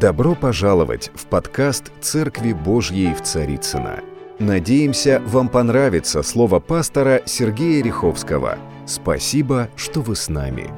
Добро пожаловать в подкаст «Церкви Божьей в Царицыно». Надеемся, вам понравится слово пастора Сергея Риховского. Спасибо, что вы с нами.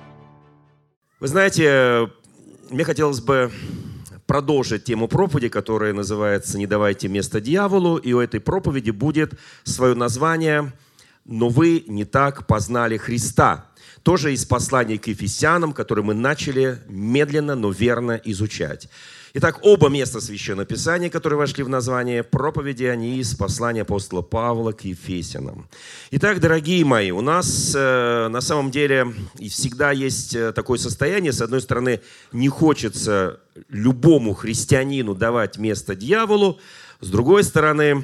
Вы знаете, мне хотелось бы продолжить тему проповеди, которая называется «Не давайте место дьяволу», и у этой проповеди будет свое название «Но вы не так познали Христа». Тоже из послания к Ефесянам, которое мы начали медленно, но верно изучать. Итак, оба места Священного Писания, которые вошли в название проповеди, они из послания апостола Павла к Ефесянам. Итак, дорогие мои, у нас на самом деле и всегда есть такое состояние, с одной стороны, не хочется любому христианину давать место дьяволу, с другой стороны,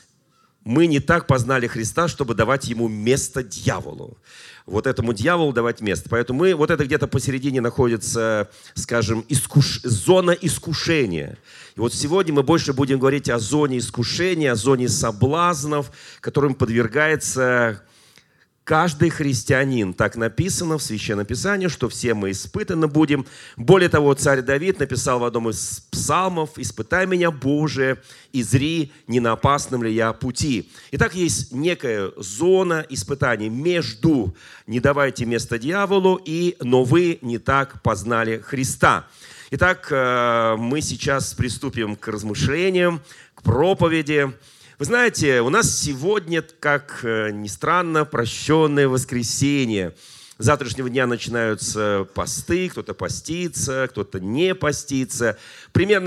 мы не так познали Христа, чтобы давать ему место дьяволу. Вот этому дьяволу давать место. Поэтому вот это где-то посередине находится, скажем, зона искушения. И вот сегодня мы больше будем говорить о зоне искушения, о зоне соблазнов, которым подвергается каждый христианин. Так написано в Священном Писании, что все мы испытаны будем. Более того, царь Давид написал в одном из псалмов: «Испытай меня, Боже, и зри, не на опасном ли я пути». Итак, есть некая зона испытаний между «не давайте место дьяволу» и «но вы не так познали Христа». Итак, мы сейчас приступим к размышлениям, к проповеди. Вы знаете, у нас сегодня, как ни странно, прощенное воскресенье. С завтрашнего дня начинаются посты, кто-то постится, кто-то не постится. Примерно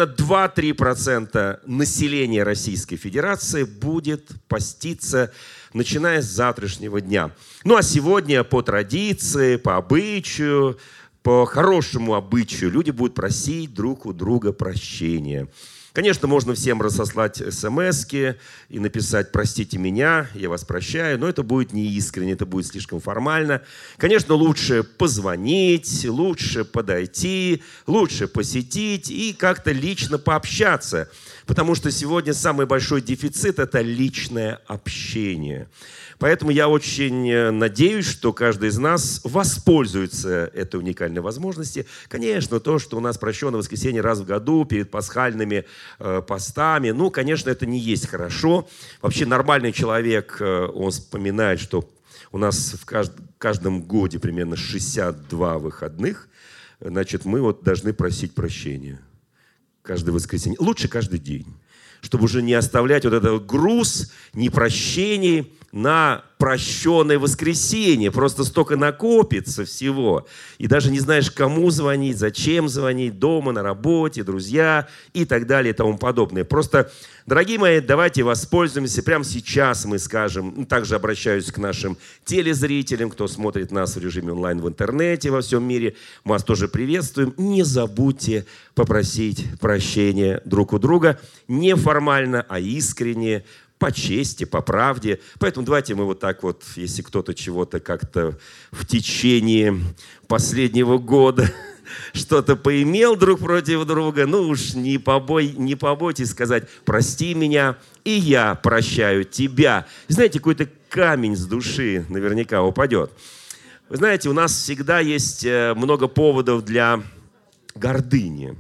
2-3% населения Российской Федерации будет поститься, начиная с завтрашнего дня. Ну а сегодня по традиции, по обычаю, по хорошему обычаю люди будут просить друг у друга прощения. Конечно, можно всем рассослать смски и написать «простите меня, я вас прощаю», но это будет неискренне, это будет слишком формально. Конечно, лучше позвонить, лучше подойти, лучше посетить и как-то лично пообщаться, потому что сегодня самый большой дефицит – это личное общение. Поэтому я очень надеюсь, что каждый из нас воспользуется этой уникальной возможностью. Конечно, то, что у нас прощенное воскресенье раз в году перед пасхальными постами, ну, конечно, это не есть хорошо. Вообще нормальный человек, он вспоминает, что у нас в каждом годе примерно 62 выходных, значит, мы вот должны просить прощения каждое воскресенье. Лучше каждый день, чтобы уже не оставлять вот этот груз непрощений на прощенное воскресенье. Просто столько накопится всего. И даже не знаешь, кому звонить, зачем звонить, дома, на работе, друзья и так далее и тому подобное. Просто, дорогие мои, давайте воспользуемся. Прямо сейчас мы скажем, также обращаюсь к нашим телезрителям, кто смотрит нас в режиме онлайн в интернете во всем мире. Мы вас тоже приветствуем. Не забудьте попросить прощения друг у друга. Не формально, а искренне, по чести, по правде. Поэтому давайте мы вот так вот, если кто-то чего-то как-то в течение последнего года что-то поимел друг против друга, ну уж не побойтесь сказать «прости меня, и я прощаю тебя». Знаете, какой-то камень с души наверняка упадет. Вы знаете, у нас всегда есть много поводов для гордыни,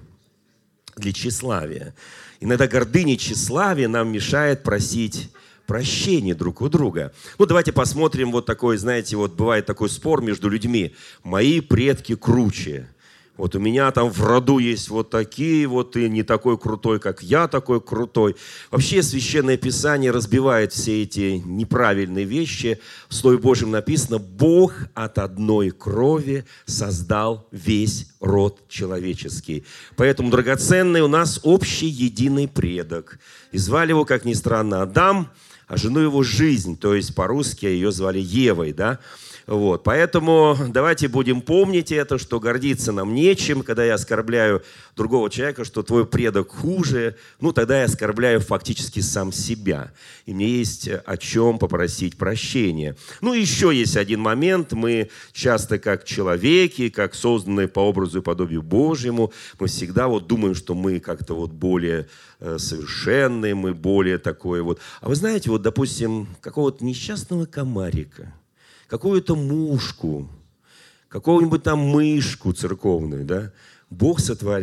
для тщеславия. Иногда гордыня и тщеславие нам мешает просить прощения друг у друга. Ну, давайте посмотрим вот такой, знаете, вот бывает такой спор между людьми. Мои предки круче. Вот у меня там в роду есть вот такие, вот ты не такой крутой, как я такой крутой. Вообще Священное Писание разбивает все эти неправильные вещи. В Слове Божьем написано: «Бог от одной крови создал весь род человеческий». Поэтому, драгоценный, у нас общий единый предок. И звали его, как ни странно, Адам, а жену его Жизнь, то есть по-русски ее звали Евой, да? Вот, поэтому давайте будем помнить это, что гордиться нам нечем. Когда я оскорбляю другого человека, что твой предок хуже, ну тогда я оскорбляю фактически сам себя. И мне есть о чем попросить прощения. Ну еще есть один момент. Мы часто как человеки, как созданные по образу и подобию Божьему, мы всегда вот думаем, что мы как-то вот более совершенные, мы более такое вот. А вы знаете, вот допустим, какого-то несчастного комарика, какую-то мушку, какого-нибудь там мышку церковную, да, Бог сотворил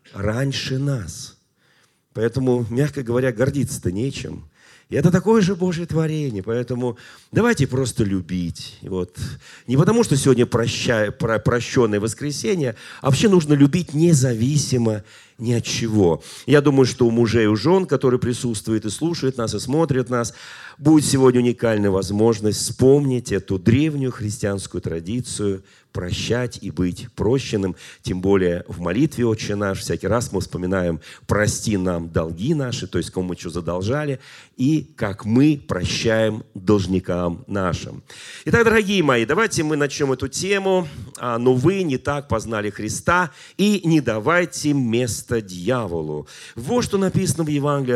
раньше нас. Поэтому, мягко говоря, гордиться-то нечем. И это такое же Божье творение. Поэтому давайте просто любить. Вот. Не потому, что сегодня прощенное воскресенье, а вообще нужно любить независимо ни от чего. Я думаю, что у мужей и у жен, которые присутствуют и слушают нас, и смотрят нас, будет сегодня уникальная возможность вспомнить эту древнюю христианскую традицию прощать и быть прощенным. Тем более в молитве «Отче наш» всякий раз мы вспоминаем «Прости нам долги наши», то есть кому мы что задолжали, и как мы прощаем должникам нашим. Итак, дорогие мои, давайте мы начнем эту тему. «Но вы не так познали Христа, и не давайте место дьяволу». Вот что написано в Евангелии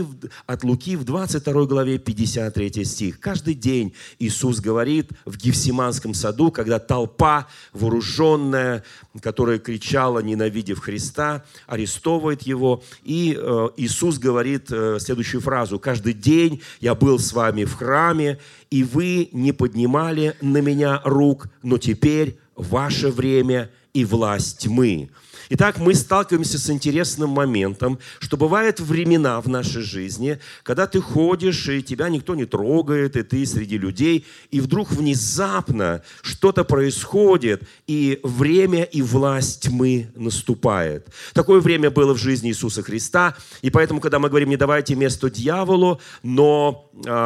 от Луки в 22 главе 53 стих. Каждый день Иисус говорит в Гефсиманском саду, когда толпа вооруженная, которая кричала, ненавидев Христа, арестовывает его. И Иисус говорит следующую фразу: «Каждый день я был с вами в храме, и вы не поднимали на меня рук, но теперь ваше время и власть тьмы». Итак, мы сталкиваемся с интересным моментом, что бывают времена в нашей жизни, когда ты ходишь, и тебя никто не трогает, и ты среди людей, и вдруг внезапно что-то происходит, и время и власть тьмы наступает. Такое время было в жизни Иисуса Христа, и поэтому, когда мы говорим «не давайте место дьяволу», но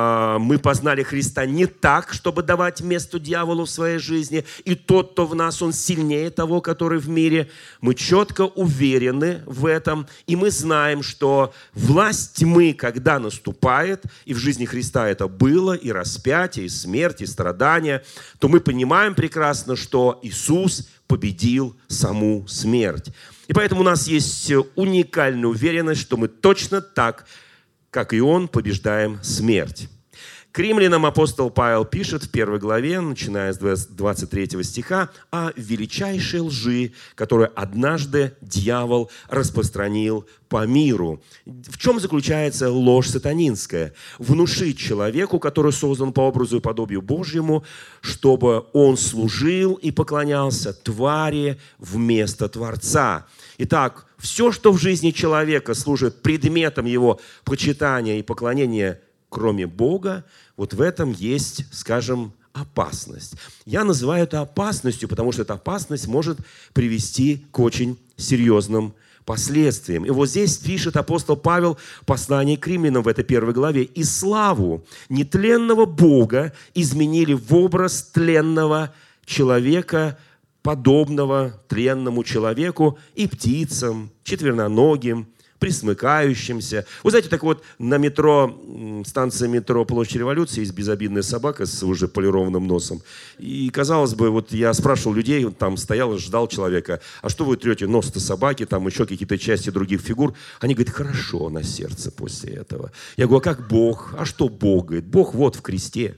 мы познали Христа не так, чтобы давать место дьяволу в своей жизни, и тот, кто в нас, он сильнее того, который в мире. Мы четко уверены в этом, и мы знаем, что власть тьмы, когда наступает, и в жизни Христа это было, и распятие, и смерть, и страдания, то мы понимаем прекрасно, что Иисус победил саму смерть. И поэтому у нас есть уникальная уверенность, что мы точно так, как и Он, побеждаем смерть. К римлянам апостол Павел пишет в 1 главе, начиная с 23 стиха, о величайшей лжи, которую однажды дьявол распространил по миру. В чем заключается ложь сатанинская? Внушить человеку, который создан по образу и подобию Божьему, чтобы он служил и поклонялся твари вместо Творца. Итак, все, что в жизни человека служит предметом его почитания и поклонения, кроме Бога, вот в этом есть, скажем, опасность. Я называю это опасностью, потому что эта опасность может привести к очень серьезным последствиям. И вот здесь пишет апостол Павел в послании к римлянам в этой 1 главе: «И славу нетленного Бога изменили в образ тленного человека, подобного тленному человеку и птицам, четвероногим, присмыкающимся». Вы знаете, так вот, на метро, станция метро Площадь Революции, есть безобидная собака с уже полированным носом. И, казалось бы, вот я спрашивал людей, там стоял, ждал человека: а что вы трете нос-то собаки, там еще какие-то части других фигур? Они говорят: хорошо на сердце после этого. Я говорю: а как Бог? А что Бог? Говорит: Бог вот в кресте.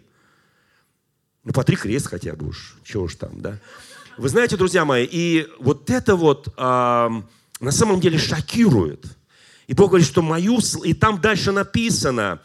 Ну, потри крест хотя бы уж, чего уж там, да? Вы знаете, друзья мои, и вот это вот на самом деле шокирует. И Бог говорит, что и там дальше написано,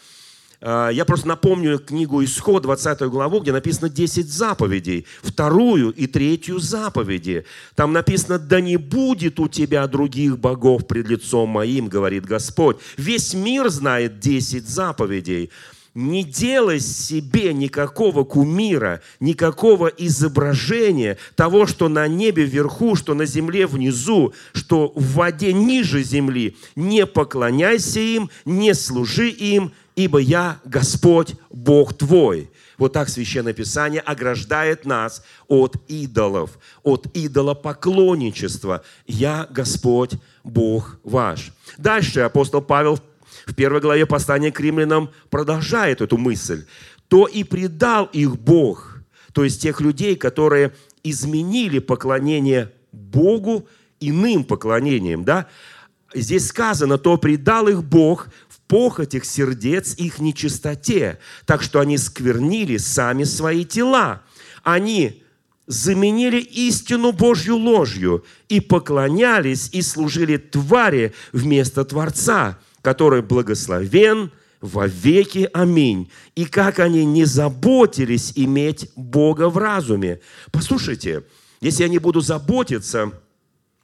я просто напомню книгу «Исход», 20 главу, где написано 10 заповедей, 2 и 3 заповеди. Там написано: «Да не будет у тебя других богов пред лицом моим, говорит Господь». Весь мир знает 10 заповедей. Не делай себе никакого кумира, никакого изображения того, что на небе вверху, что на земле внизу, что в воде ниже земли. Не поклоняйся им, не служи им, ибо я Господь, Бог твой». Вот так Священное Писание ограждает нас от идолов, от идолопоклонничества. «Я Господь, Бог ваш». Дальше апостол Павел в 1 главе послания к римлянам продолжает эту мысль. «То и предал их Бог», то есть тех людей, которые изменили поклонение Богу иным поклонением. Да? Здесь сказано: «То предал их Бог в похотях сердец их нечистоте, так что они сквернили сами свои тела. Они заменили истину Божью ложью и поклонялись и служили твари вместо Творца, который благословен вовеки. Аминь. И как они не заботились иметь Бога в разуме». Послушайте, если я не буду заботиться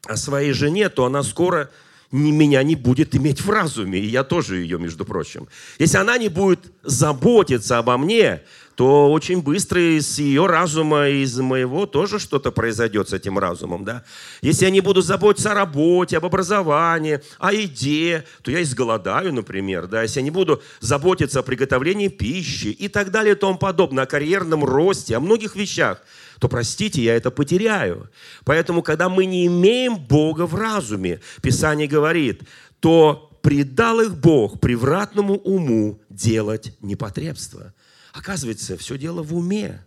о своей жене, то она скоро меня не будет иметь в разуме, и я тоже ее, между прочим. Если она не будет заботиться обо мне, то очень быстро из ее разума, из моего тоже что-то произойдет с этим разумом. Да? Если я не буду заботиться о работе, об образовании, о еде, то я изголодаю, например. Да? Если я не буду заботиться о приготовлении пищи и так далее и тому подобное, о карьерном росте, о многих вещах, то, простите, я это потеряю. Поэтому, когда мы не имеем Бога в разуме, Писание говорит, то предал их Бог превратному уму делать непотребство. Оказывается, все дело в уме.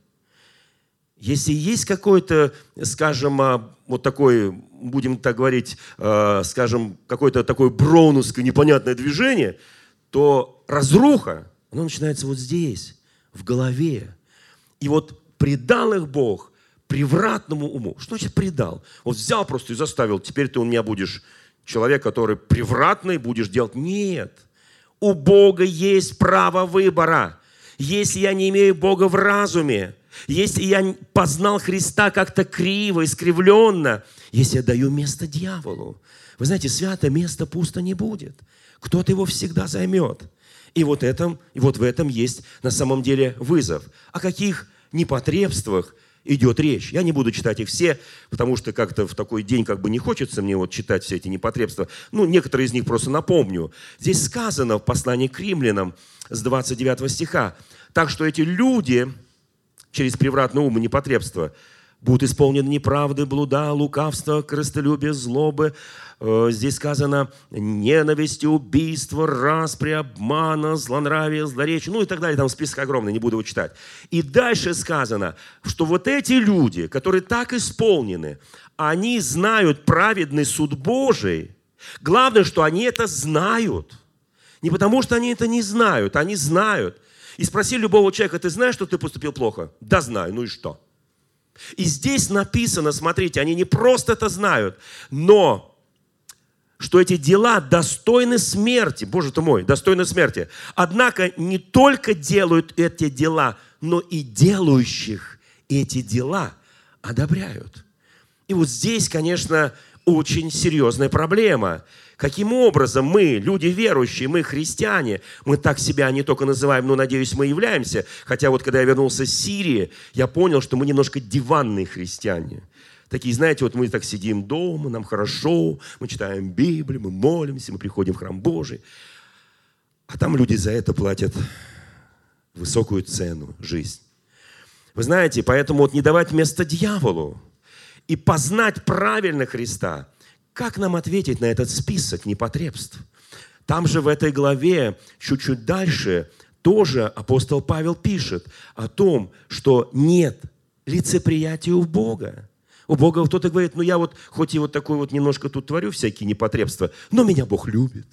Если есть какой-то, скажем, вот такой, будем так говорить, скажем, какое-то такое броуновское непонятное движение, то разруха, оно начинается вот здесь, в голове. И вот предал их Бог превратному уму. Что значит предал? Вот взял просто и заставил, теперь ты у меня будешь человек, который превратный, будешь делать. Нет. У Бога есть право выбора. Если я не имею Бога в разуме, если я познал Христа как-то криво, искривленно, если я даю место дьяволу, вы знаете, святое место пусто не будет. Кто-то его всегда займет. И вот в этом есть на самом деле вызов. О каких непотребствах идет речь? Я не буду читать их все, потому что как-то в такой день как бы не хочется мне вот читать все эти непотребства. Некоторые из них просто напомню. Здесь сказано в послании к римлянам с 29 стиха. Так что эти люди через превратный ум и непотребство будут исполнены неправды, блуда, лукавства, корыстолюбия, злобы. Здесь сказано ненависти, убийства, распри, обмана, злонравия, злоречия, и так далее. Там список огромный, не буду его читать. И дальше сказано, что вот эти люди, которые так исполнены, они знают праведный суд Божий. Главное, что они это знают. Не потому, что они это не знают, они знают. И спроси любого человека, ты знаешь, что ты поступил плохо? Да, знаю, ну и что? И здесь написано, смотрите, они не просто это знают, но что эти дела достойны смерти. Боже ты мой, достойны смерти. Однако не только делают эти дела, но и делающих эти дела одобряют. И вот здесь, конечно, очень серьезная проблема. Каким образом мы, люди верующие, мы христиане, мы так себя не только называем, но, надеюсь, мы являемся. Хотя вот когда я вернулся с Сирии, я понял, что мы немножко диванные христиане. Такие, знаете, вот мы так сидим дома, нам хорошо, мы читаем Библию, мы молимся, мы приходим в храм Божий. А там люди за это платят высокую цену, жизнь. Вы знаете, поэтому вот не давать место дьяволу и познать правильно Христа. Как нам ответить на этот список непотребств? Там же в этой главе, чуть-чуть дальше, тоже апостол Павел пишет о том, что нет лицеприятия у Бога. У Бога кто-то говорит, я вот хоть и вот такой вот немножко тут творю всякие непотребства, но меня Бог любит.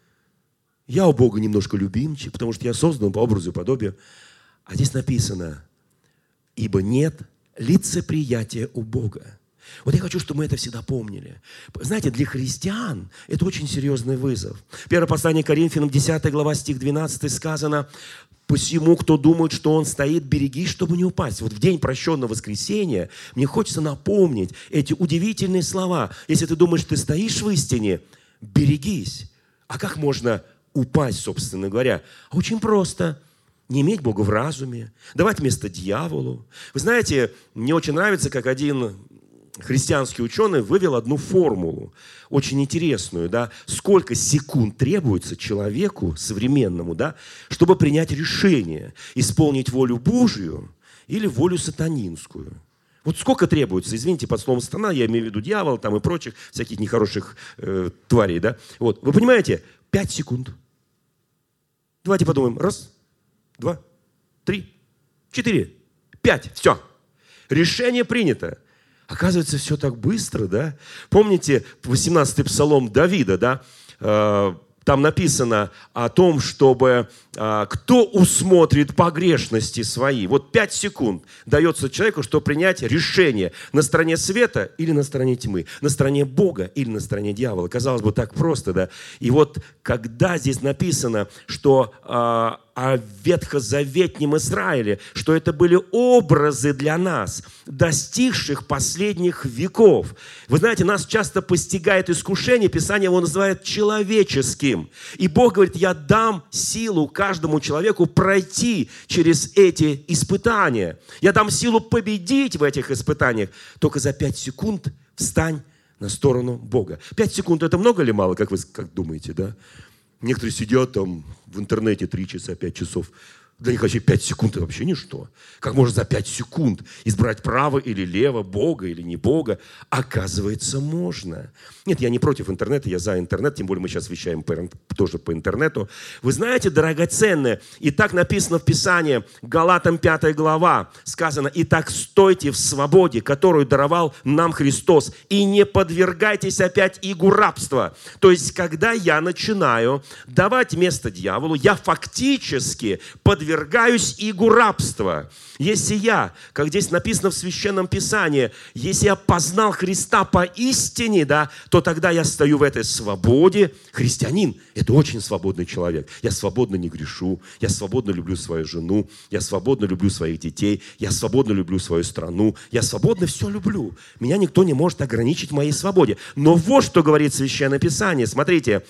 Я у Бога немножко любимчик, потому что я создан по образу и подобию. А здесь написано, ибо нет лицеприятия у Бога. Вот я хочу, чтобы мы это всегда помнили. Знаете, для христиан это очень серьезный вызов. Первое послание к Коринфянам, 10 глава, стих 12 сказано, «Посему, кто думает, что он стоит, берегись, чтобы не упасть». Вот в день прощенного воскресения мне хочется напомнить эти удивительные слова. Если ты думаешь, ты стоишь в истине, берегись. А как можно упасть, собственно говоря? Очень просто. Не иметь Бога в разуме, давать место дьяволу. Вы знаете, мне очень нравится, как один христианский ученый вывел одну формулу, очень интересную, да, сколько секунд требуется человеку современному, да, чтобы принять решение, исполнить волю Божью или волю сатанинскую. Вот сколько требуется, извините, под словом сатана, я имею в виду дьявол там и прочих всяких нехороших тварей, да. Вот, вы понимаете, 5 секунд. Давайте подумаем. 1, 2, 3, 4, 5. Все. Решение принято. Оказывается, все так быстро, да? Помните 18-й псалом Давида, да? Там написано о том, чтобы кто усмотрит погрешности свои. Вот 5 секунд дается человеку, чтобы принять решение на стороне света или на стороне тьмы, на стороне Бога или на стороне дьявола. Казалось бы, так просто, да? И вот когда здесь написано, что о ветхозаветнем Израиле, что это были образы для нас, достигших последних веков. Вы знаете, нас часто постигает искушение, Писание его называет человеческим. И Бог говорит, я дам силу каждому человеку пройти через эти испытания. Я дам силу победить в этих испытаниях. Только за 5 секунд встань на сторону Бога. 5 секунд – это много или мало, как вы думаете, да? Некоторые сидят там в интернете 3 часа, 5 часов. Для них вообще 5 секунд – это вообще ничто. Как можно за 5 секунд избрать право или лево, Бога или не Бога? Оказывается, можно. Нет, я не против интернета, я за интернет, тем более мы сейчас вещаем тоже по интернету. Вы знаете, драгоценное, и так написано в Писании, Галатам 5 глава, сказано, «Итак, стойте в свободе, которую даровал нам Христос, и не подвергайтесь опять игу рабства». То есть, когда я начинаю давать место дьяволу, я фактически подвергаюсь игу рабства. Если я, как здесь написано в Священном Писании, если я познал Христа поистине, да, то тогда я стою в этой свободе. Христианин – это очень свободный человек. Я свободно не грешу, я свободно люблю свою жену, я свободно люблю своих детей, я свободно люблю свою страну, я свободно все люблю. Меня никто не может ограничить в моей свободе. Но вот что говорит Священное Писание. Смотрите,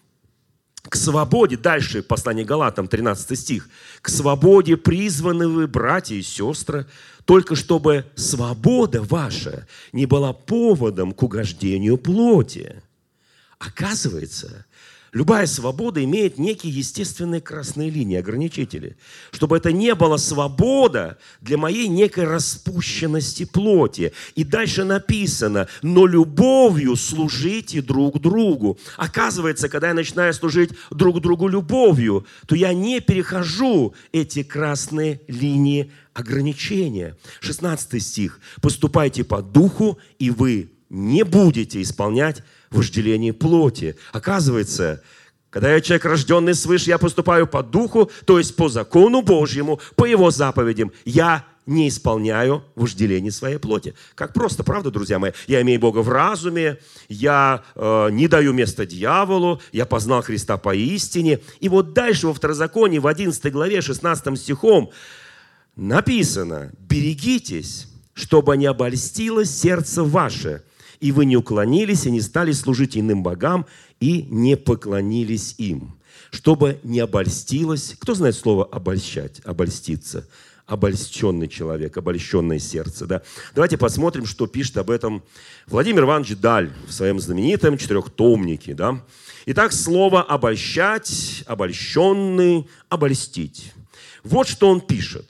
к свободе, дальше послание Галатам, 13 стих. К свободе призваны вы, братья и сестры, только чтобы свобода ваша не была поводом к угождению плоти. Оказывается, любая свобода имеет некие естественные красные линии, ограничители. Чтобы это не была свобода для моей некой распущенности плоти. И дальше написано, но любовью служите друг другу. Оказывается, когда я начинаю служить друг другу любовью, то я не перехожу эти красные линии ограничения. 16 стих. «Поступайте по духу, и вы не будете исполнять вожделение плоти». Оказывается, когда я человек, рожденный свыше, я поступаю по духу, то есть по закону Божьему, по его заповедям. Я не исполняю вожделение своей плоти. Как просто, правда, друзья мои? Я имею Бога в разуме, я не даю места дьяволу, я познал Христа поистине. И вот дальше во Второзаконии, в 11 главе, 16 стихом написано, «Берегитесь, чтобы не обольстилось сердце ваше, и вы не уклонились и не стали служить иным богам и не поклонились им». Чтобы не обольстилось. Кто знает слово «обольщать», «обольститься»? Обольщенный человек, обольщенное сердце. Да? Давайте посмотрим, что пишет об этом Владимир Иванович Даль в своем знаменитом 4-томнике. Да? Итак, слово «обольщать», «обольщенный», «обольстить». Вот что он пишет.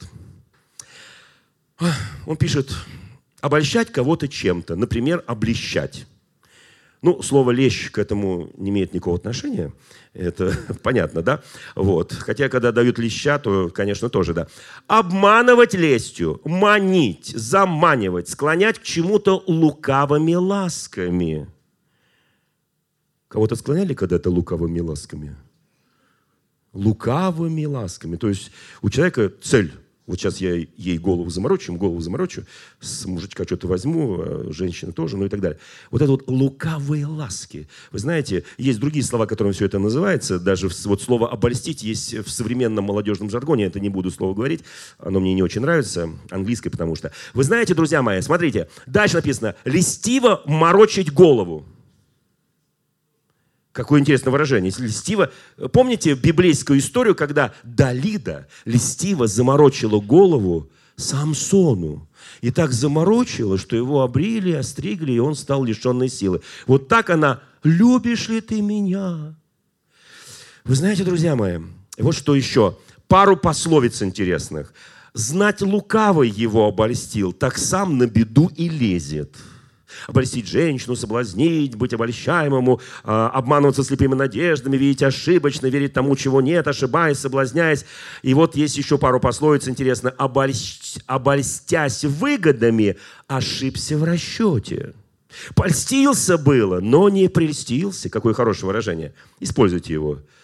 Он пишет: обольщать кого-то чем-то, например, облещать. Ну, слово «лещ» к этому не имеет никакого отношения. Это понятно, да? Вот. Хотя, когда дают леща, то, конечно, тоже, да. Обманывать лестью, манить, заманивать, склонять к чему-то лукавыми ласками. Кого-то склоняли когда-то лукавыми ласками? Лукавыми ласками. То есть у человека цель. Вот сейчас я ей голову заморочу, с мужичка что-то возьму, женщины тоже, ну и так далее. Вот это вот лукавые ласки. Вы знаете, есть другие слова, которыми все это называется. Даже вот слово «обольстить» есть в современном молодежном жаргоне. Это не буду слово говорить, оно мне не очень нравится, английское, потому что. Вы знаете, друзья мои, смотрите, дальше написано «льстиво морочить голову». Какое интересное выражение. Льстиво. Помните библейскую историю, когда Далида льстиво заморочила голову Самсону? И так заморочила, что его обрили, остригли, и он стал лишенной силы. Вот так она: «Любишь ли ты меня?» Вы знаете, друзья мои, вот что еще. Пару пословиц интересных. «Знать лукавый его обольстил, так сам на беду и лезет». Обольстить женщину, соблазнить, быть обольщаемому, обманываться слепыми надеждами, видеть ошибочно, верить тому, чего нет, ошибаясь, соблазняясь. И вот есть еще пару пословиц интересно. «Обольстясь выгодами, ошибся в расчете». Польстился было, но не прельстился. Какое хорошее выражение. Используйте его.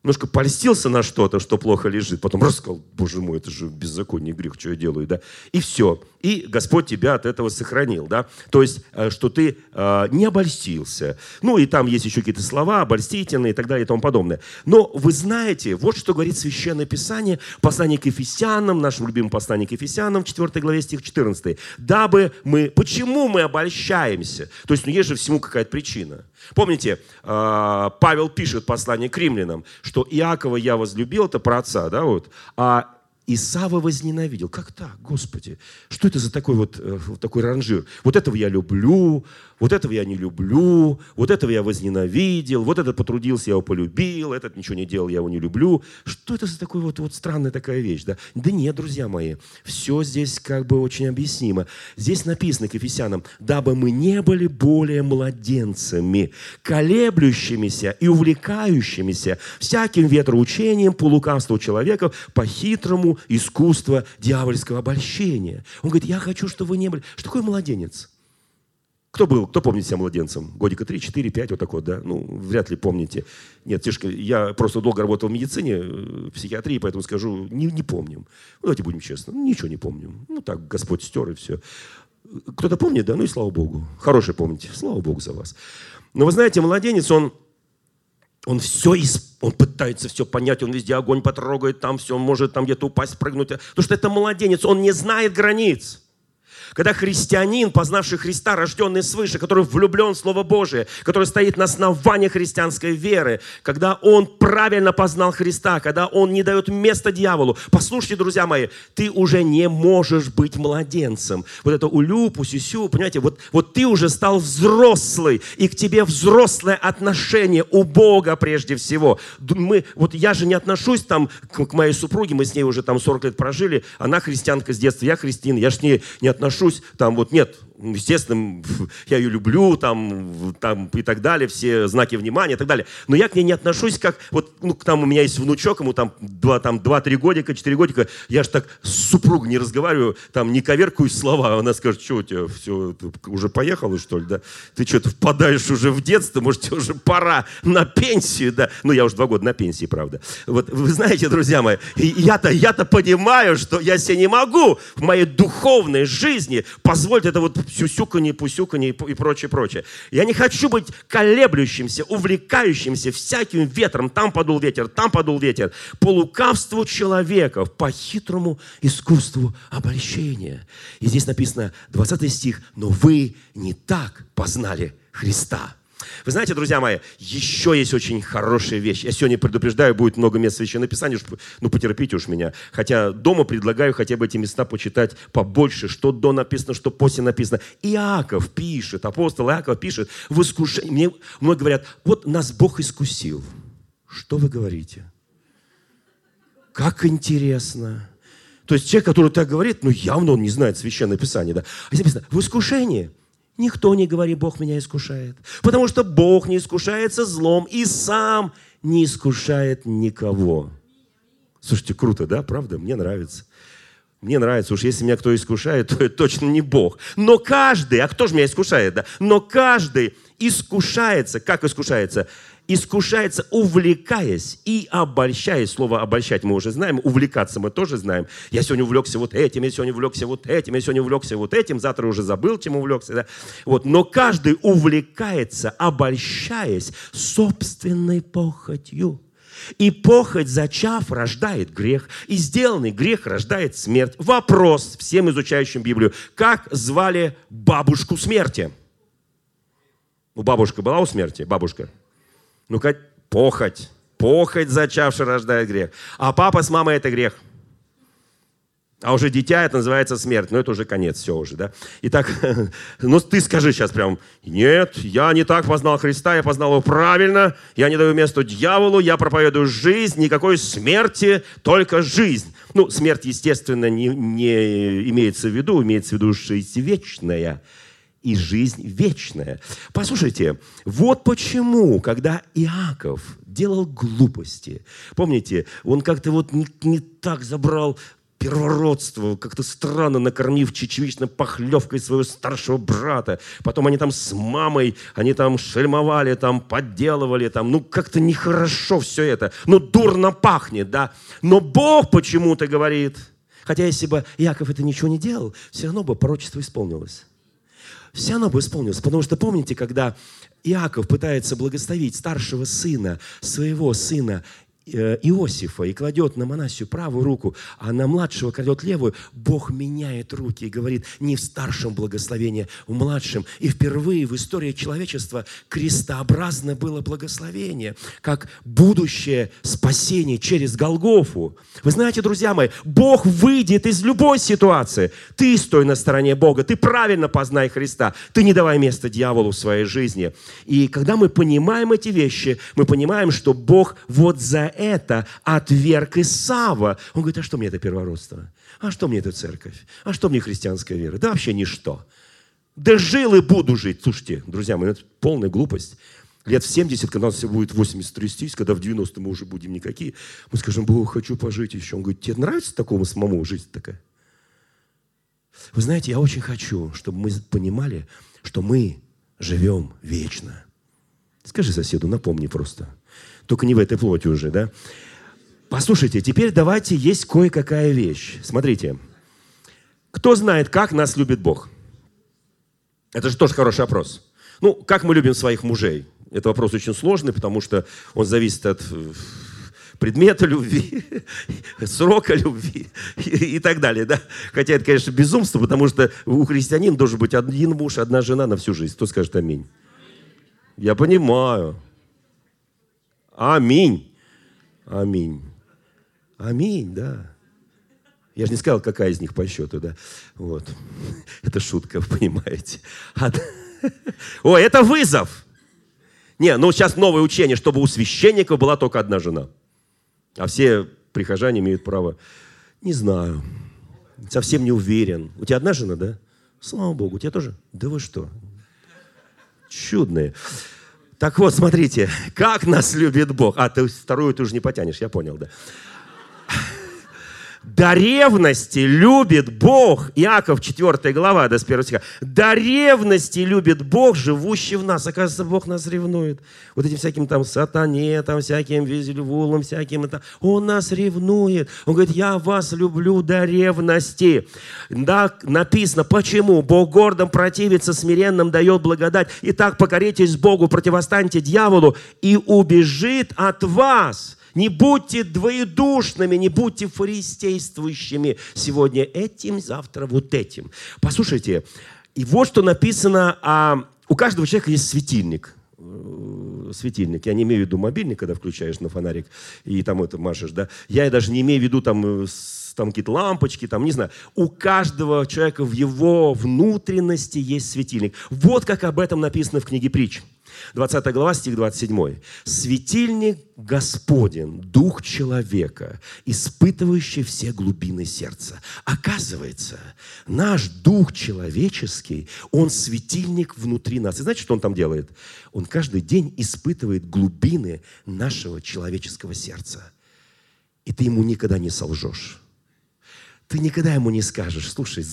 немножко польстился на что-то, что плохо лежит, потом раз сказал: боже мой, это же беззаконие, грех, что я делаю, да? И все. И Господь тебя от этого сохранил, да? То есть, что ты не обольстился. Ну, и там есть еще какие-то слова обольстительные и так далее и тому подобное. Но вы знаете, вот что говорит Священное Писание, послание к Ефесянам, нашему любимому посланию к Ефесянам, 4 главе, стих 14. Дабы мы... Почему мы обольщаемся? То есть, есть же всему какая-то причина. Помните, Павел пишет послание к римлянам, что Иакова я возлюбил, это про отца, да, вот, а Исава возненавидел. Как так, Господи? Что это за такой вот такой ранжир? Вот этого я люблю, вот этого я не люблю, вот этого я возненавидел, вот этот потрудился, я его полюбил, этот ничего не делал, я его не люблю. Что это за такой вот странная такая вещь? Да? Да нет, друзья мои, все здесь как бы очень объяснимо. Здесь написано к Ефесянам: дабы мы не были более младенцами, колеблющимися и увлекающимися всяким ветроучением по лукавству человека, по хитрому искусству дьявольского обольщения. Он говорит: я хочу, чтобы вы не были... Что такое младенец? Кто помнит себя младенцем? Годика 3, 4, 5, вот такой, да? Ну, вряд ли помните. Нет, я просто долго работал в медицине, в психиатрии, поэтому скажу, не помним. Ну, давайте будем честны, ничего не помним. Ну, так, Господь стер и все. Кто-то помнит, да? Ну и слава Богу. Хороший помните. Слава Богу за вас. Но вы знаете, младенец, он пытается все понять, он везде огонь потрогает, там все, он может там где-то упасть, прыгнуть. Потому что это младенец, он не знает границ. Когда христианин, познавший Христа, рожденный свыше, который влюблен в Слово Божие, который стоит на основании христианской веры, когда он правильно познал Христа, когда он не дает места дьяволу, послушайте, друзья мои, ты уже не можешь быть младенцем. Вот это улю, пусю, понимаете, вот ты уже стал взрослый, и к тебе взрослое отношение у Бога прежде всего. Я же не отношусь там к моей супруге, мы с ней уже там 40 лет прожили, она христианка с детства, я христианин, я же с ней не отношусь. Там вот нет, естественно, я ее люблю, там и так далее, все знаки внимания и так далее. Но я к ней не отношусь как, там у меня есть внучок, ему там 2-3 годика, 4 годика, я же так с супругой не разговариваю, там не коверкаю слова, она скажет: что у тебя, все, ты уже поехала, что ли, да? Ты что-то впадаешь уже в детство, может, тебе уже пора на пенсию, да? Ну, я уже 2 года на пенсии, правда. Вот вы знаете, друзья мои, я-то понимаю, что я себе не могу в моей духовной жизни позволить это вот сюсюканье, пусюканье и прочее. Я не хочу быть колеблющимся, увлекающимся всяким ветром. Там подул ветер, по лукавству человеков, по хитрому искусству обольщения. И здесь написано, 20 стих: но вы не так познали Христа. Вы знаете, друзья мои, еще есть очень хорошая вещь. Я сегодня предупреждаю, будет много мест Священного Писания, потерпите уж меня. Хотя дома предлагаю хотя бы эти места почитать побольше, что до написано, что после написано. Иаков пишет, апостол Иаков пишет в искушении. Мне многие говорят: вот нас Бог искусил. Что вы говорите? Как интересно. То есть человек, который так говорит, явно он не знает Священное Писание. Да? А здесь написано: в искушении. Никто не говорит: Бог меня искушает. Потому что Бог не искушается злом и сам не искушает никого. Слушайте, круто, да? Правда? Мне нравится. Мне нравится. Уж если меня кто искушает, то это точно не Бог. Но каждый, а кто же меня искушает? Да? Но каждый искушается. Как искушается? Искушается, увлекаясь и обольщаясь. Слово «обольщать» мы уже знаем, увлекаться мы тоже знаем. Я сегодня увлекся вот этим, я сегодня увлекся вот этим, я сегодня увлекся вот этим, завтра уже забыл, чем увлекся. Да? Вот. Но каждый увлекается, обольщаясь собственной похотью. И похоть, зачав, рождает грех, и сделанный грех рождает смерть. Вопрос всем изучающим Библию: как звали бабушку смерти? Бабушка была у смерти? Бабушка? Ну-ка, похоть. Похоть, зачавший, рождает грех. А папа с мамой – это грех. А уже дитя – это называется смерть. Но это уже конец, все уже, да? Итак, ты скажи сейчас прям: нет, я не так познал Христа, я познал его правильно, я не даю место дьяволу, я проповедую жизнь, никакой смерти, только жизнь. Смерть, естественно, не имеется в виду, имеется в виду жизнь вечная. И жизнь вечная. Послушайте, вот почему, когда Иаков делал глупости, помните, он как-то вот не так забрал первородствовал, как-то странно накормив чечевичной похлевкой своего старшего брата. Потом они там с мамой, они там шельмовали, там подделывали, там, ну как-то нехорошо все это. Ну дурно пахнет, да. Но Бог почему-то говорит, хотя если бы Иаков это ничего не делал, все равно бы пророчество исполнилось. Все равно бы исполнилось. Потому что помните, когда Иаков пытается благословить старшего сына, своего сына Иосифа, и кладет на Манассию правую руку, а на младшего кладет левую, Бог меняет руки и говорит, не в старшем благословении, в младшем. И впервые в истории человечества крестообразно было благословение, как будущее спасение через Голгофу. Вы знаете, друзья мои, Бог выйдет из любой ситуации. Ты стой на стороне Бога, ты правильно познай Христа, ты не давай место дьяволу в своей жизни. И когда мы понимаем эти вещи, мы понимаем, что Бог вот за это отверг Исава. Он говорит, а что мне это первородство? А что мне эта церковь? А что мне христианская вера? Да вообще ничто. Да жил и буду жить. Слушайте, друзья мои, это полная глупость. Лет в 70, когда у нас все будет 80 трястись, когда в 90 мы уже будем никакие, мы скажем, Бог, хочу пожить еще. Он говорит, тебе нравится такому самому жизнь такая? Вы знаете, я очень хочу, чтобы мы понимали, что мы живем вечно. Скажи соседу, напомни просто. Только не в этой плоти уже, да? Послушайте, теперь давайте, есть кое-какая вещь. Смотрите. Кто знает, как нас любит Бог? Это же тоже хороший вопрос. Ну, как мы любим своих мужей? Это вопрос очень сложный, потому что он зависит от предмета любви, срока любви и так далее, да? Хотя это, конечно, безумство, потому что у христианина должен быть один муж, одна жена на всю жизнь. Кто скажет аминь? Я понимаю. Аминь. Аминь. Аминь, да. Я же не сказал, какая из них по счету, да. Вот. Это шутка, вы понимаете. О, это вызов. Не, ну сейчас новое учение, чтобы у священников была только одна жена. А все прихожане имеют право. Не знаю. Совсем не уверен. У тебя одна жена, да? Слава Богу. У тебя тоже? Да вы что? Чудные. Так вот, смотрите, как нас любит Бог. А, ты вторую ты уже не потянешь, я понял, да. До ревности любит Бог, Иаков 4 глава, до 1 стиха. До ревности любит Бог, живущий в нас. Оказывается, Бог нас ревнует. Вот этим всяким там сатане, там всяким Везельвулом, всяким это. Он нас ревнует. Он говорит, я вас люблю до ревности. Да, написано, почему? Бог гордым противится, смиренным дает благодать. Итак, покоритесь Богу, противостаньте дьяволу, и убежит от вас. Не будьте двоедушными, не будьте фарисействующими сегодня этим, завтра вот этим. Послушайте, и вот что написано, у каждого человека есть светильник. Светильник. Я не имею в виду мобильник, когда включаешь на фонарик и там это машешь, да. Я даже не имею в виду там какие-то лампочки, там, не знаю. У каждого человека в его внутренности есть светильник. Вот как об этом написано в книге Притч. 20 глава, стих 27. «Светильник Господен, дух человека, испытывающий все глубины сердца». Оказывается, наш дух человеческий, он светильник внутри нас. И знаете, что он там делает? Он каждый день испытывает глубины нашего человеческого сердца. И ты ему никогда не солжешь. Ты никогда ему не скажешь, слушай,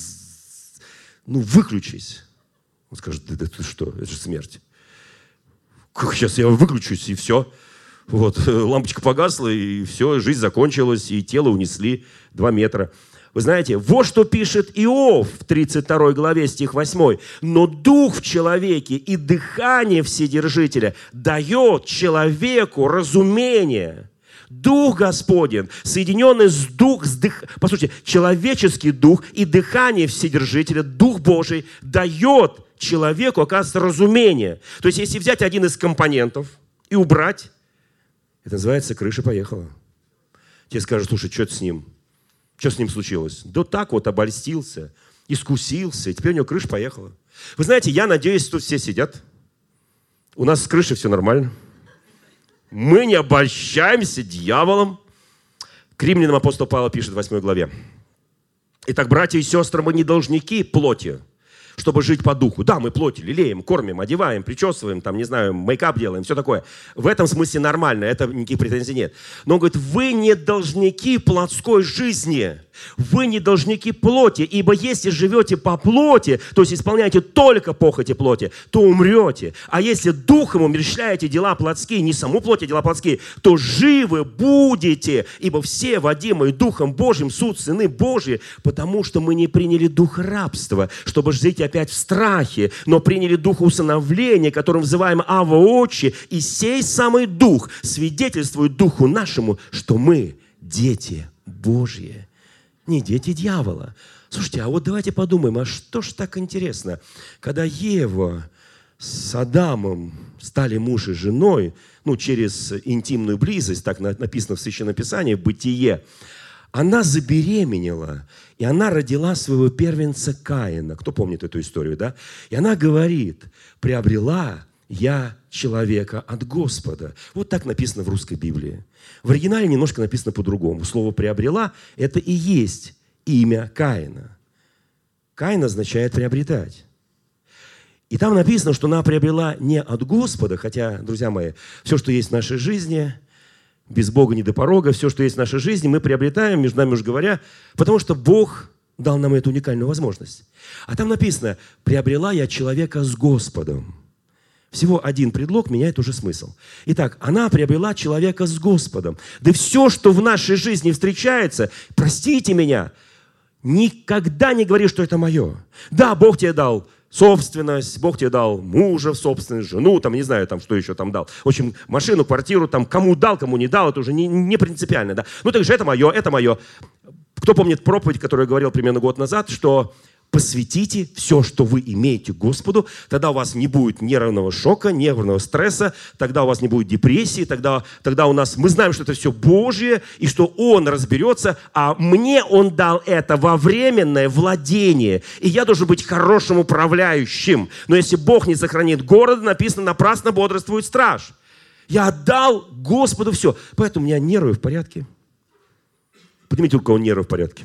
ну выключись. Он скажет, да ты что, это же смерть. Как сейчас я выключусь, и все. Вот, лампочка погасла, и все, жизнь закончилась, и тело унесли 2 метра. Вы знаете, вот что пишет Иов в 32 главе, стих 8. «Но дух в человеке и дыхание Вседержителя дает человеку разумение». Дух Господень, соединенный с послушайте, человеческий дух и дыхание Вседержителя, Дух Божий, дает человеку, оказывается, разумение. То есть, если взять один из компонентов и убрать, это называется «крыша поехала». Тебе скажут, слушай, что это с ним? Что с ним случилось? Да так вот обольстился, искусился, и теперь у него крыша поехала. Вы знаете, я надеюсь, тут все сидят. У нас с крышей все нормально. Мы не обольщаемся дьяволом. К Римлянам апостол Павел пишет в 8 главе. Итак, братья и сестры, мы не должники плоти, чтобы жить по духу. Да, мы плоти лелеем, кормим, одеваем, причесываем, там, не знаю, мейкап делаем, все такое. В этом смысле нормально, это никаких претензий нет. Но он говорит, вы не должники плотской жизни. Вы не должники плоти, ибо если живете по плоти, то есть исполняете только похоти плоти, то умрете. А если духом умерщвляете дела плотские, не саму плоть, а дела плотские, то живы будете, ибо все водимые Духом Божьим суть сыны Божьи, потому что мы не приняли дух рабства, чтобы жить опять в страхе, но приняли дух усыновления, которым взываем Авва Отче, и сей самый дух свидетельствует духу нашему, что мы дети Божьи, не дети дьявола. Слушайте, а вот давайте подумаем, а что ж так интересно, когда Ева с Адамом стали муж и женой, через интимную близость, так написано в Священном Писании, в Бытие, она забеременела, и она родила своего первенца Каина. Кто помнит эту историю, да? И она говорит, приобрела я человека от Господа. Вот так написано в русской Библии. В оригинале немножко написано по-другому. Слово «приобрела» – это и есть имя Каина. Каин означает «приобретать». И там написано, что она приобрела не от Господа, хотя, друзья мои, все, что есть в нашей жизни, без Бога не до порога, все, что есть в нашей жизни, мы приобретаем, между нами уж говоря, потому что Бог дал нам эту уникальную возможность. А там написано «приобрела я человека с Господом». Всего один предлог меняет уже смысл. Итак, она приобрела человека с Господом. Да все, что в нашей жизни встречается, простите меня, никогда не говори, что это мое. Да, Бог тебе дал собственность, Бог тебе дал мужа в собственность, жену, не знаю, что еще там дал. В общем, машину, квартиру, кому дал, кому не дал, это уже не принципиально. Да? Так же это мое, это мое. Кто помнит проповедь, которую я говорил примерно год назад, что посвятите все, что вы имеете Господу, тогда у вас не будет нервного шока, нервного стресса, тогда у вас не будет депрессии, тогда мы знаем, что это все Божье, и что Он разберется, а мне Он дал это во временное владение, и я должен быть хорошим управляющим. Но если Бог не сохранит город, написано, напрасно бодрствует страж. Я отдал Господу все, поэтому у меня нервы в порядке. Поднимите, у кого нервы в порядке.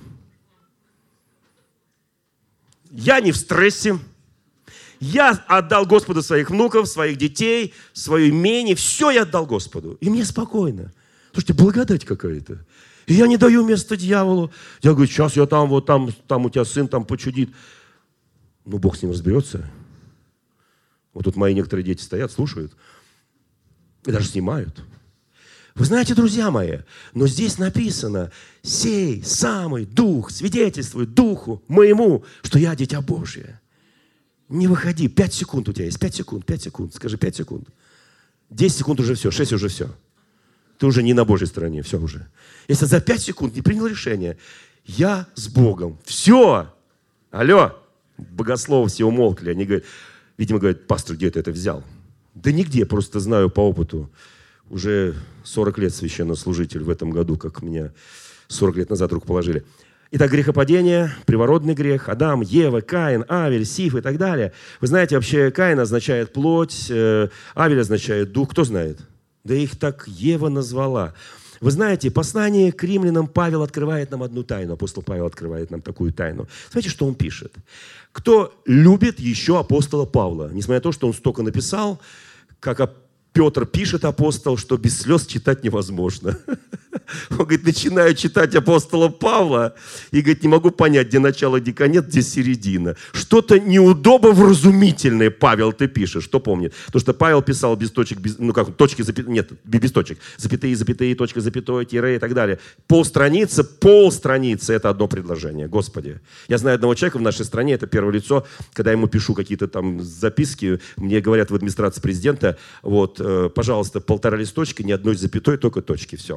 Я не в стрессе. Я отдал Господу своих внуков, своих детей, свое имение. Все я отдал Господу. И мне спокойно. Слушайте, благодать какая-то. И я не даю место дьяволу. Я говорю, сейчас я там у тебя сын почудит. Бог с ним разберется. Вот тут мои некоторые дети стоят, слушают. И даже снимают. Вы знаете, друзья мои, но здесь написано, сей самый Дух свидетельствует Духу моему, что я дитя Божье. Не выходи, 5 секунд у тебя есть, 5 секунд, скажи 5 секунд. 10 секунд уже все, 6 уже все. Ты уже не на Божьей стороне, все уже. Если за 5 секунд не принял решение, я с Богом, все, алло, богословы все умолкли, они говорят, видимо, говорят, пастор, где ты это взял? Да нигде, просто знаю по опыту. Уже 40 лет священнослужитель в этом году, как меня 40 лет назад руку положили. Итак, грехопадение, приворотный грех, Адам, Ева, Каин, Авель, Сиф и так далее. Вы знаете, вообще Каин означает плоть, Авель означает дух. Кто знает? Да их так Ева назвала. Вы знаете, послание к римлянам Павел открывает нам одну тайну. Апостол Павел открывает нам такую тайну. Знаете, что он пишет? Кто любит еще апостола Павла? Несмотря на то, что он столько написал, как Петр пишет, апостол, что без слез читать невозможно. Он говорит, начинаю читать апостола Павла и говорит, не могу понять, где начало, где конец, где середина. Что-то неудобовразумительное, Павел, ты пишешь. Кто помнит? Потому что Павел писал без точек, точки, без точек. Запятые, точка, запятой, тире и так далее. Полстраницы, это одно предложение. Господи. Я знаю одного человека в нашей стране, это первое лицо, когда я ему пишу какие-то записки, мне говорят в администрации президента, пожалуйста, 1,5 листочка, ни одной запятой, только точки, все.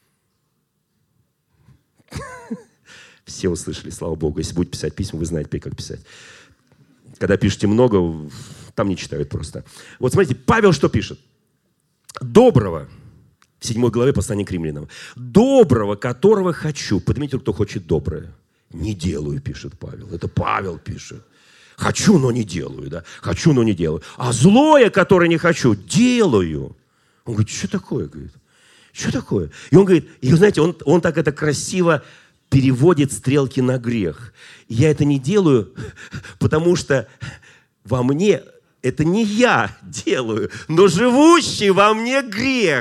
Все услышали, слава Богу. Если будете писать письма, вы знаете, как писать. Когда пишете много, там не читают просто. Вот смотрите, Павел что пишет? Доброго, в 7 главе послания к римлянам. Доброго, которого хочу. Поднимите, кто хочет доброе. Не делаю, пишет Павел. Это Павел пишет. Хочу, но не делаю, да? Хочу, но не делаю. А злое, которое не хочу, делаю. Он говорит, что такое? Говорит, что такое? И он говорит, и знаете, он так это красиво переводит стрелки на грех. И я это не делаю, потому что во мне, это не я делаю, но живущий во мне грех.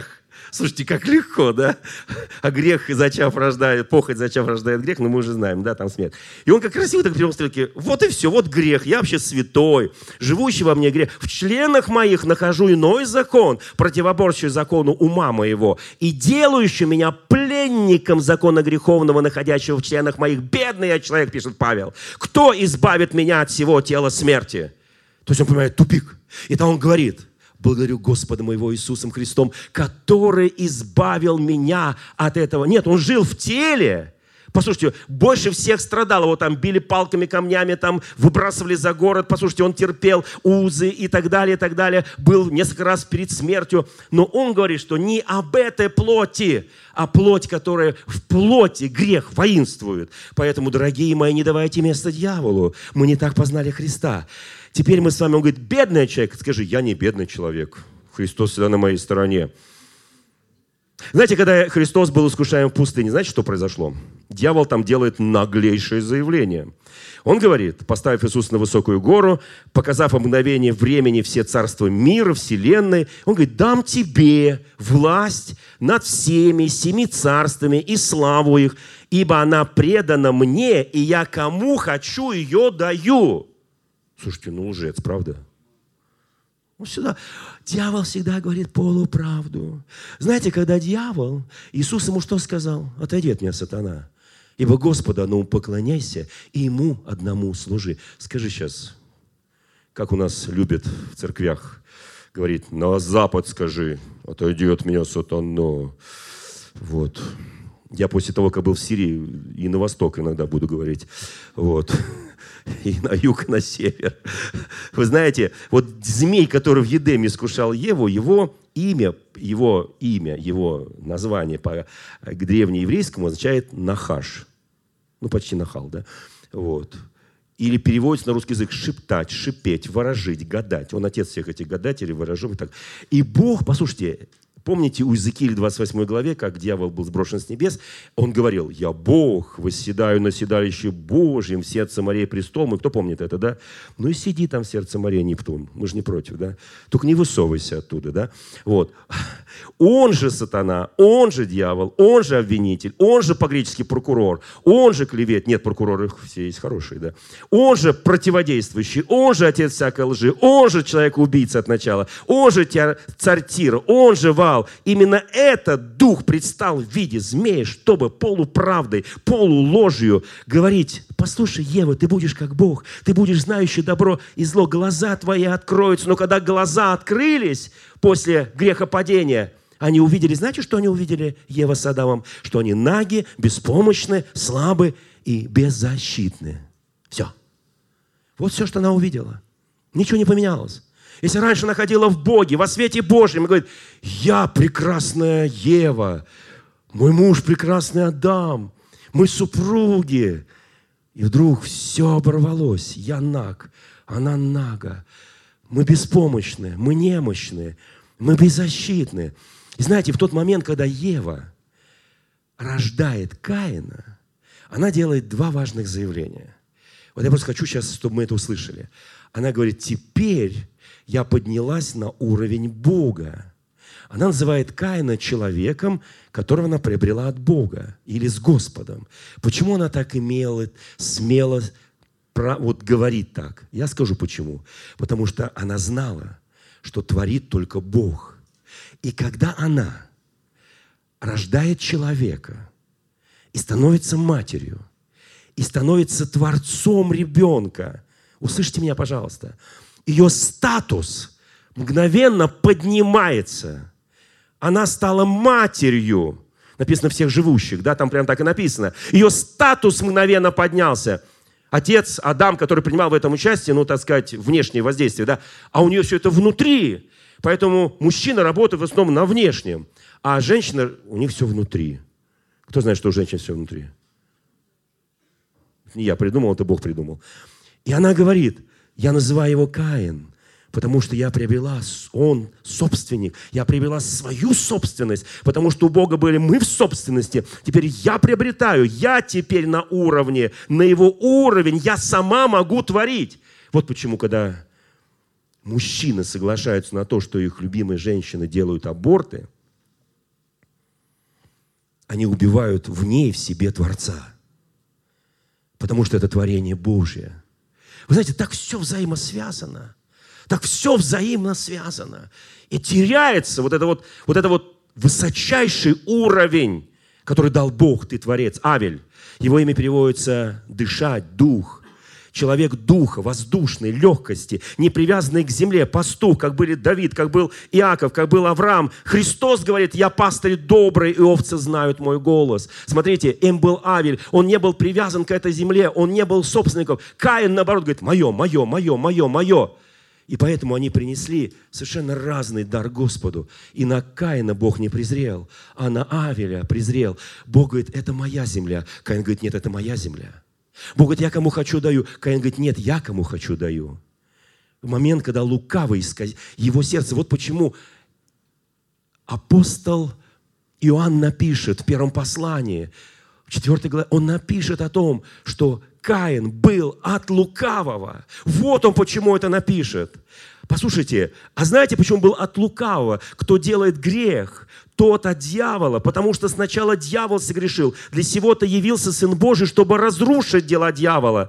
Слушайте, как легко, да? А грех, зачав рождает, похоть, зачав рождает грех, ну мы уже знаем, да, там смерть. И он как красиво так привел стрелки. Вот и все, вот грех, я вообще святой, живущий во мне грех. В членах моих нахожу иной закон, противоборствующий закону ума моего, и делающий меня пленником закона греховного, находящего в членах моих. Бедный я человек, пишет Павел. Кто избавит меня от всего тела смерти? То есть он понимает тупик. И там он говорит: благодарю Господа моего Иисусом Христом, который избавил меня от этого. Нет, он жил в теле. Послушайте, больше всех страдал. Его там били палками, камнями, там выбрасывали за город. Послушайте, он терпел узы и так далее, и так далее. Был несколько раз перед смертью. Но он говорит, что не об этой плоти, а плоть, которая в плоти грех воинствует. Поэтому, дорогие мои, не давайте место дьяволу. Мы не так познали Христа. Теперь мы с вами, он говорит, бедный человек. Скажи, я не бедный человек. Христос всегда на моей стороне. Знаете, когда Христос был искушаем в пустыне, знаете, что произошло? Дьявол там делает наглейшее заявление. Он говорит, поставив Иисуса на высокую гору, показав в мгновение времени все царства мира, вселенной, он говорит, дам тебе власть над всеми 7 царствами и славу их, ибо она предана мне, и я кому хочу ее даю. Слушайте, ну лжец, правда? Ну, сюда. Дьявол всегда говорит полуправду. Знаете, когда дьявол, Иисус ему что сказал? Отойди от меня, сатана. Ибо Господу одному поклоняйся, и Ему одному служи. Скажи сейчас, как у нас любят в церквях, говорит, на запад скажи, отойди от меня, сатана. Вот. Я после того, как был в Сирии, и на восток иногда буду говорить. Вот. И на юг, и на север. Вы знаете, вот змей, который в Едеме искушал Еву, его название по древнееврейскому означает «нахаш». Ну, почти «нахал», да? Вот. Или переводится на русский язык «шептать», «шипеть», «ворожить», «гадать». Он отец всех этих гадателей, ворожов и так. И Бог, послушайте, помните у Иезекииля 28 главе, как дьявол был сброшен с небес, он говорил, я Бог, восседаю на седалище Божьем, в сердце морей престол. Мы, кто помнит это, да? Ну и сиди там в сердце морей, Нептун. Мы же не против, да? Только не высовывайся оттуда, да? Вот. Он же сатана, он же дьявол, он же обвинитель, он же по-гречески прокурор, он же клевет. Нет, прокуроры все есть хорошие, да? Он же противодействующий, он же отец всякой лжи, он же человек-убийца от начала, он же царь Тира, он же Вал. Именно этот дух предстал в виде змеи, чтобы полуправдой, полуложью говорить, послушай, Ева, ты будешь как Бог, ты будешь знающий добро и зло, глаза твои откроются. Но когда глаза открылись после грехопадения, они увидели, знаете, что они увидели, Ева с Адамом? Что они наги, беспомощны, слабы и беззащитны. Все. Вот все, что она увидела. Ничего не поменялось. Если раньше она ходила в Боге, во свете Божьем, и говорит, я прекрасная Ева, мой муж прекрасный Адам, мы супруги. И вдруг все оборвалось. Я наг, она нага. Мы беспомощны, мы немощны, мы беззащитны. И знаете, в тот момент, когда Ева рождает Каина, она делает 2 важных заявления. Вот я просто хочу сейчас, чтобы мы это услышали. Она говорит, теперь я поднялась на уровень Бога. Она называет Каина человеком, которого она приобрела от Бога или с Господом. Почему она так имела смело вот говорить так? Я скажу почему. Потому что она знала, что творит только Бог. И когда она рождает человека и становится матерью, и становится творцом ребенка, услышьте меня, пожалуйста, ее статус мгновенно поднимается. Она стала матерью. Написано всех живущих, да, там прям так и написано. Ее статус мгновенно поднялся. Отец Адам, который принимал в этом участие, ну, так сказать, внешнее воздействие, да, а у нее все это внутри. Поэтому мужчина работает в основном на внешнем, а женщина, у них все внутри. Кто знает, что у женщин все внутри? Не я придумал, это Бог придумал. И она говорит, я называю его Каин, потому что я приобрела, он собственник, я приобрела свою собственность, потому что у Бога были мы в собственности, теперь я приобретаю, я теперь на уровне, на его уровень, я сама могу творить. Вот почему, когда мужчины соглашаются на то, что их любимые женщины делают аборты, они убивают в ней, в себе Творца. Потому что это творение Божье. Вы знаете, так все взаимосвязано. Так все взаимно связано. И теряется вот это высочайший уровень, который дал Бог, ты Творец. Авель. Его имя переводится «дышать», «дух». Человек духа, воздушной, легкости, не привязанный к земле, пастух, как были Давид, как был Иаков, как был Авраам. Христос говорит: «Я пастырь добрый, и овцы знают мой голос». Смотрите, им был Авель, он не был привязан к этой земле, он не был собственником. Каин, наоборот, говорит: «Мое, мое, мое, мое, мое». И поэтому они принесли совершенно разный дар Господу. И на Каина Бог не презрел, а на Авеля презрел. Бог говорит: «Это моя земля». Каин говорит: «Нет, это моя земля». Бог говорит: «Я кому хочу даю». Каин говорит: «Нет, я кому хочу даю». В момент, когда лукавый его сердце. Вот почему апостол Иоанн напишет в первом послании, в 4 главе, он напишет о том, что Каин был от лукавого. Вот он почему это напишет. Послушайте, а знаете, почему был от лукавого? Кто делает грех, тот от дьявола, потому что сначала дьявол согрешил. Для сего-то явился Сын Божий, чтобы разрушить дела дьявола.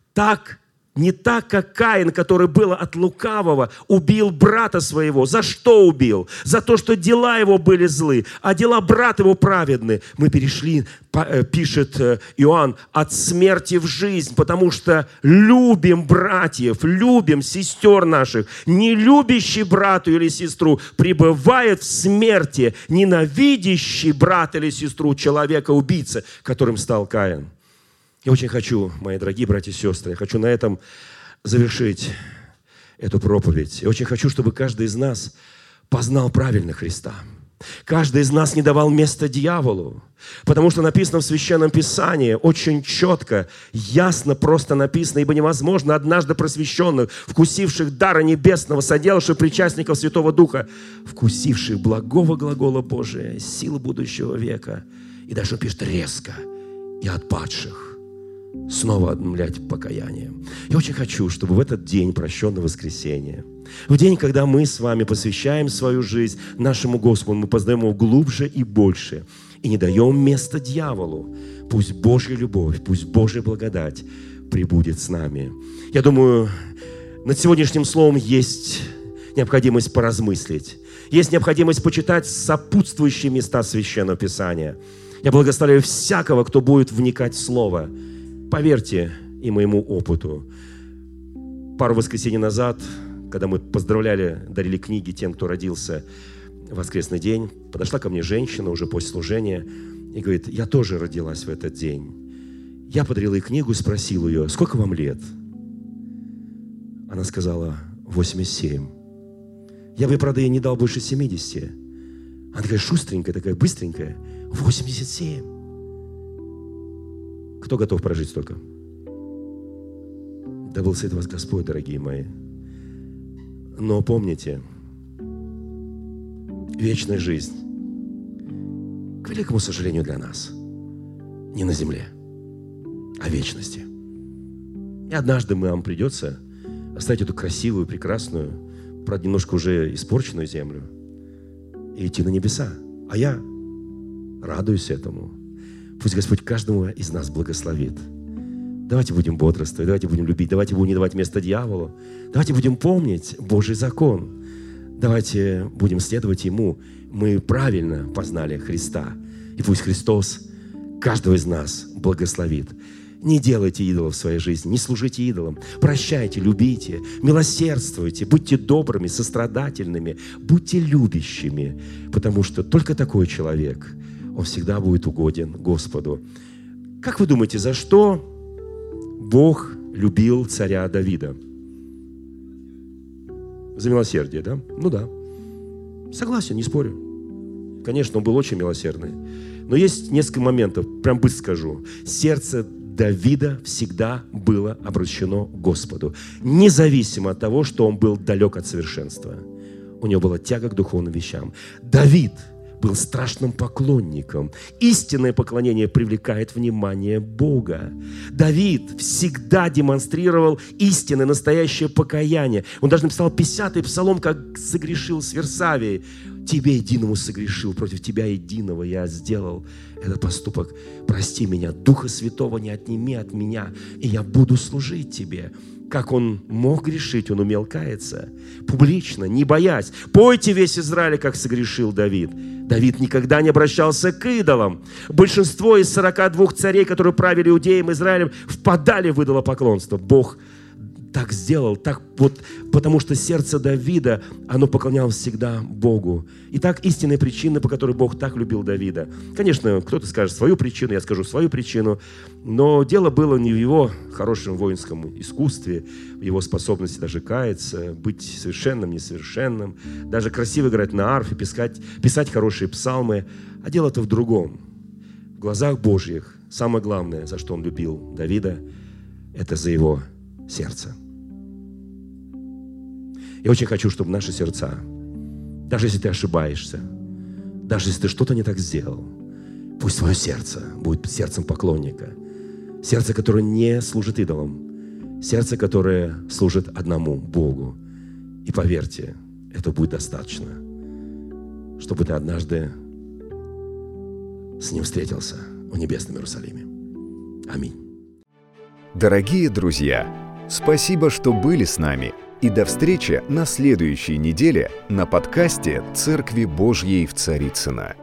Не так, как Каин, который был от лукавого, убил брата своего. За что убил? За то, что дела его были злы, а дела брата его праведны. Мы перешли, пишет Иоанн, от смерти в жизнь, потому что любим братьев, любим сестер наших. Не любящий брату или сестру пребывает в смерти, ненавидящий брата или сестру человека-убийца, которым стал Каин. Я очень хочу, мои дорогие братья и сестры, я хочу на этом завершить эту проповедь. Я очень хочу, чтобы каждый из нас познал правильно Христа. Каждый из нас не давал места дьяволу, потому что написано в Священном Писании очень четко, ясно, просто написано: «Ибо невозможно однажды просвещенных, вкусивших дара небесного, соделавших причастников Святого Духа, вкусивших благого глагола Божия, силы будущего века». И дальше он пишет: «резко и отпадших снова обновлять покаянием». Я очень хочу, чтобы в этот день прощенного воскресения, в день, когда мы с вами посвящаем свою жизнь нашему Господу, мы познаем Его глубже и больше, и не даем места дьяволу. Пусть Божья любовь, пусть Божья благодать пребудет с нами. Я думаю, над сегодняшним словом есть необходимость поразмыслить, есть необходимость почитать сопутствующие места Священного Писания. Я благословляю всякого, кто будет вникать в Слово. Поверьте и моему опыту. Пару воскресений назад, когда мы поздравляли, дарили книги тем, кто родился в воскресный день, подошла ко мне женщина уже после служения и говорит: «Я тоже родилась в этот день». Я подарил ей книгу и спросил ее: «Сколько вам лет?» Она сказала: 87. Я бы, правда, ей не дал больше 70. Она такая шустренькая, такая быстренькая. 87. Кто готов прожить столько? Да благословит вас Господь, дорогие мои. Но помните, вечная жизнь, к великому сожалению для нас, не на земле, а в вечности. И однажды вам придется оставить эту красивую, прекрасную, правда, немножко уже испорченную землю и идти на небеса. А я радуюсь этому. Пусть Господь каждому из нас благословит. Давайте будем бодрствовать, давайте будем любить, давайте будем не давать место дьяволу. Давайте будем помнить Божий закон. Давайте будем следовать Ему. Мы правильно познали Христа. И пусть Христос каждого из нас благословит. Не делайте идолов в своей жизни, не служите идолам. Прощайте, любите, милосердствуйте, будьте добрыми, сострадательными, будьте любящими, потому что только такой человек, он всегда будет угоден Господу. Как вы думаете, за что Бог любил царя Давида? За милосердие, да? Ну да. Согласен, не спорю. Конечно, он был очень милосердный. Но есть несколько моментов, прям быстро скажу. Сердце Давида всегда было обращено к Господу, независимо от того, что он был далек от совершенства. У него была тяга к духовным вещам. Давид был страшным поклонником. Истинное поклонение привлекает внимание Бога. Давид всегда демонстрировал истинное, настоящее покаяние. Он даже написал 50-й псалом, как согрешил с Версавией. Тебе единому согрешил, против Тебя единого я сделал этот поступок. Прости меня, Духа Святого не отними от меня, и я буду служить Тебе». Как он мог грешить? Он умел каяться. Публично, не боясь. «Пойте весь Израиль, как согрешил Давид». Давид никогда не обращался к идолам. Большинство из 42 царей, которые правили Иудеем и Израилем, впадали в идолопоклонство. Бог так сделал, потому что сердце Давида, оно поклонялось всегда Богу. Итак, истинная причина, по которой Бог так любил Давида. Конечно, кто-то скажет свою причину, я скажу свою причину, но дело было не в его хорошем воинском искусстве, в его способности даже каяться, быть совершенным, несовершенным, даже красиво играть на арфе, писать хорошие псалмы, а дело-то в другом. В глазах Божьих самое главное, за что он любил Давида, это за его сердце. Я очень хочу, чтобы наши сердца, даже если ты ошибаешься, даже если ты что-то не так сделал, пусть твое сердце будет сердцем поклонника, сердце, которое не служит идолам, сердце, которое служит одному Богу. И поверьте, этого будет достаточно, чтобы ты однажды с Ним встретился в небесном Иерусалиме. Аминь. Дорогие друзья, спасибо, что были с нами. И до встречи на следующей неделе на подкасте «Церкви Божьей в Царицыно».